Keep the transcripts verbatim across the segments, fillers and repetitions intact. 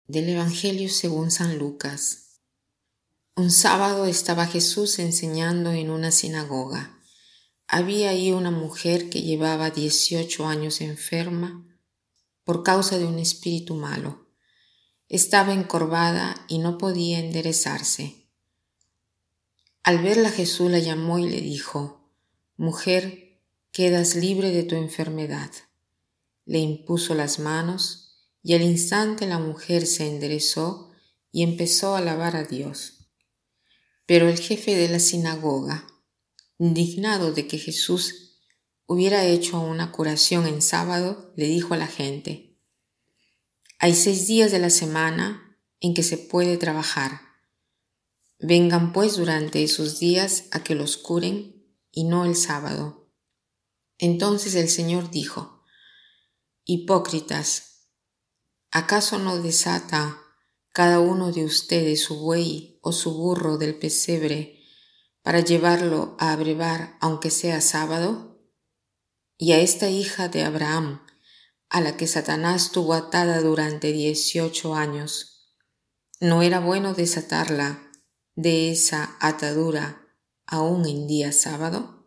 Del Evangelio según San Lucas. Un sábado estaba Jesús enseñando en una sinagoga. Había ahí una mujer que llevaba dieciocho años enferma por causa de un espíritu malo. Estaba encorvada y no podía enderezarse. Al verla, Jesús la llamó y le dijo: «Mujer, quedas libre de tu enfermedad». Le impuso las manos y al instante la mujer se enderezó y empezó a alabar a Dios. Pero el jefe de la sinagoga, indignado de que Jesús hubiera hecho una curación en sábado, le dijo a la gente: «Hay seis días de la semana en que se puede trabajar. Vengan pues durante esos días a que los curen y no el sábado». Entonces el Señor dijo: «Hipócritas, ¿acaso no desata cada uno de ustedes su buey o su burro del pesebre para llevarlo a abrevar aunque sea sábado? Y a esta hija de Abraham, a la que Satanás tuvo atada durante dieciocho años, ¿no era bueno desatarla de esa atadura aún en día sábado?»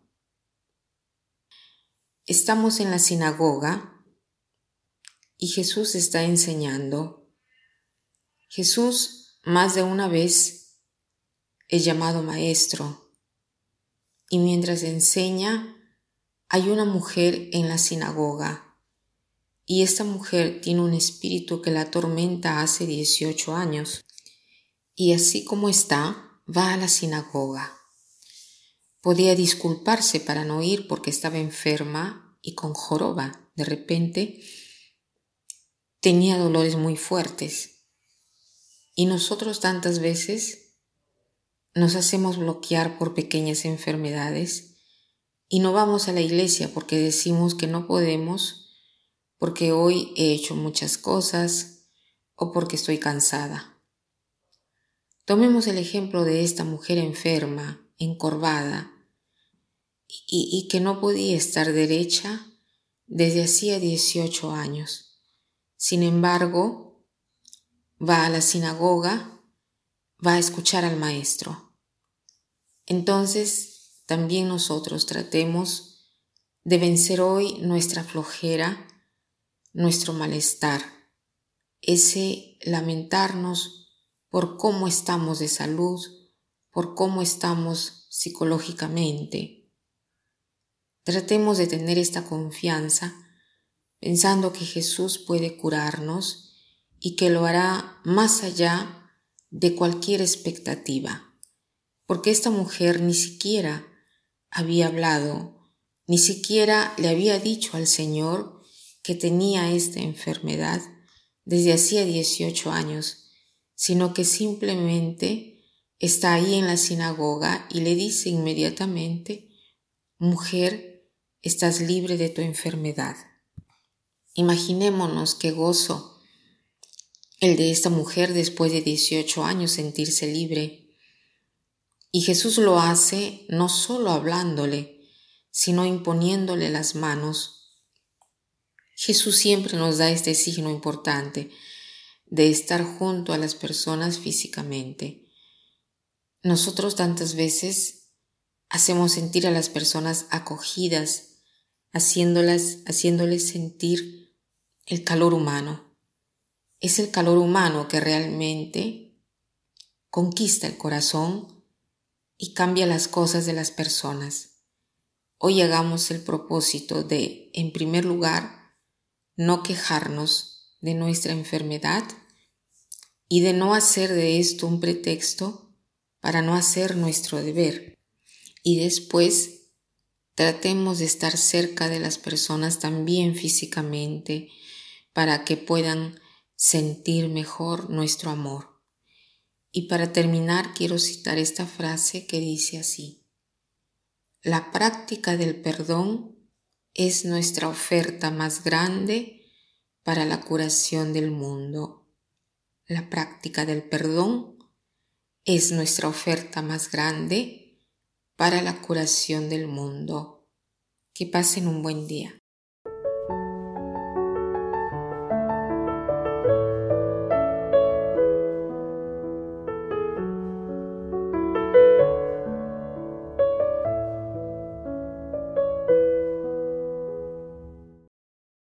Estamos en la sinagoga y Jesús está enseñando. Jesús más de una vez es llamado maestro, y mientras enseña hay una mujer en la sinagoga, y esta mujer tiene un espíritu que la atormenta hace dieciocho años, y así como está, va a la sinagoga. Podía disculparse para no ir porque estaba enferma y con joroba. De repente tenía dolores muy fuertes. Y nosotros tantas veces nos hacemos bloquear por pequeñas enfermedades y no vamos a la iglesia porque decimos que no podemos, porque hoy he hecho muchas cosas o porque estoy cansada. Tomemos el ejemplo de esta mujer enferma, encorvada, y, y que no podía estar derecha desde hacía dieciocho años. Sin embargo, va a la sinagoga, va a escuchar al maestro. Entonces, también nosotros tratemos de vencer hoy nuestra flojera, nuestro malestar, ese lamentarnos por cómo estamos de salud, por cómo estamos psicológicamente. Tratemos de tener esta confianza pensando que Jesús puede curarnos y que lo hará más allá de cualquier expectativa, porque esta mujer ni siquiera había hablado, ni siquiera le había dicho al Señor que tenía esta enfermedad desde hacía dieciocho años, sino que simplemente está ahí en la sinagoga y le dice inmediatamente: «Mujer, estás libre de tu enfermedad». Imaginémonos qué gozo el de esta mujer después de dieciocho años sentirse libre. Y Jesús lo hace no solo hablándole, sino imponiéndole las manos. Jesús siempre nos da este signo importante de estar junto a las personas físicamente. Nosotros tantas veces hacemos sentir a las personas acogidas, haciéndolas, haciéndoles sentir el calor humano. Es el calor humano que realmente conquista el corazón y cambia las cosas de las personas. Hoy hagamos el propósito de, en primer lugar, no quejarnos de nuestra enfermedad y de no hacer de esto un pretexto para no hacer nuestro deber. Y después, tratemos de estar cerca de las personas también físicamente para que puedan sentir mejor nuestro amor. Y para terminar, quiero citar esta frase que dice así: «La práctica del perdón es nuestra oferta más grande para la curación del mundo». La práctica del perdón es nuestra oferta más grande para la curación del mundo. Que pasen un buen día.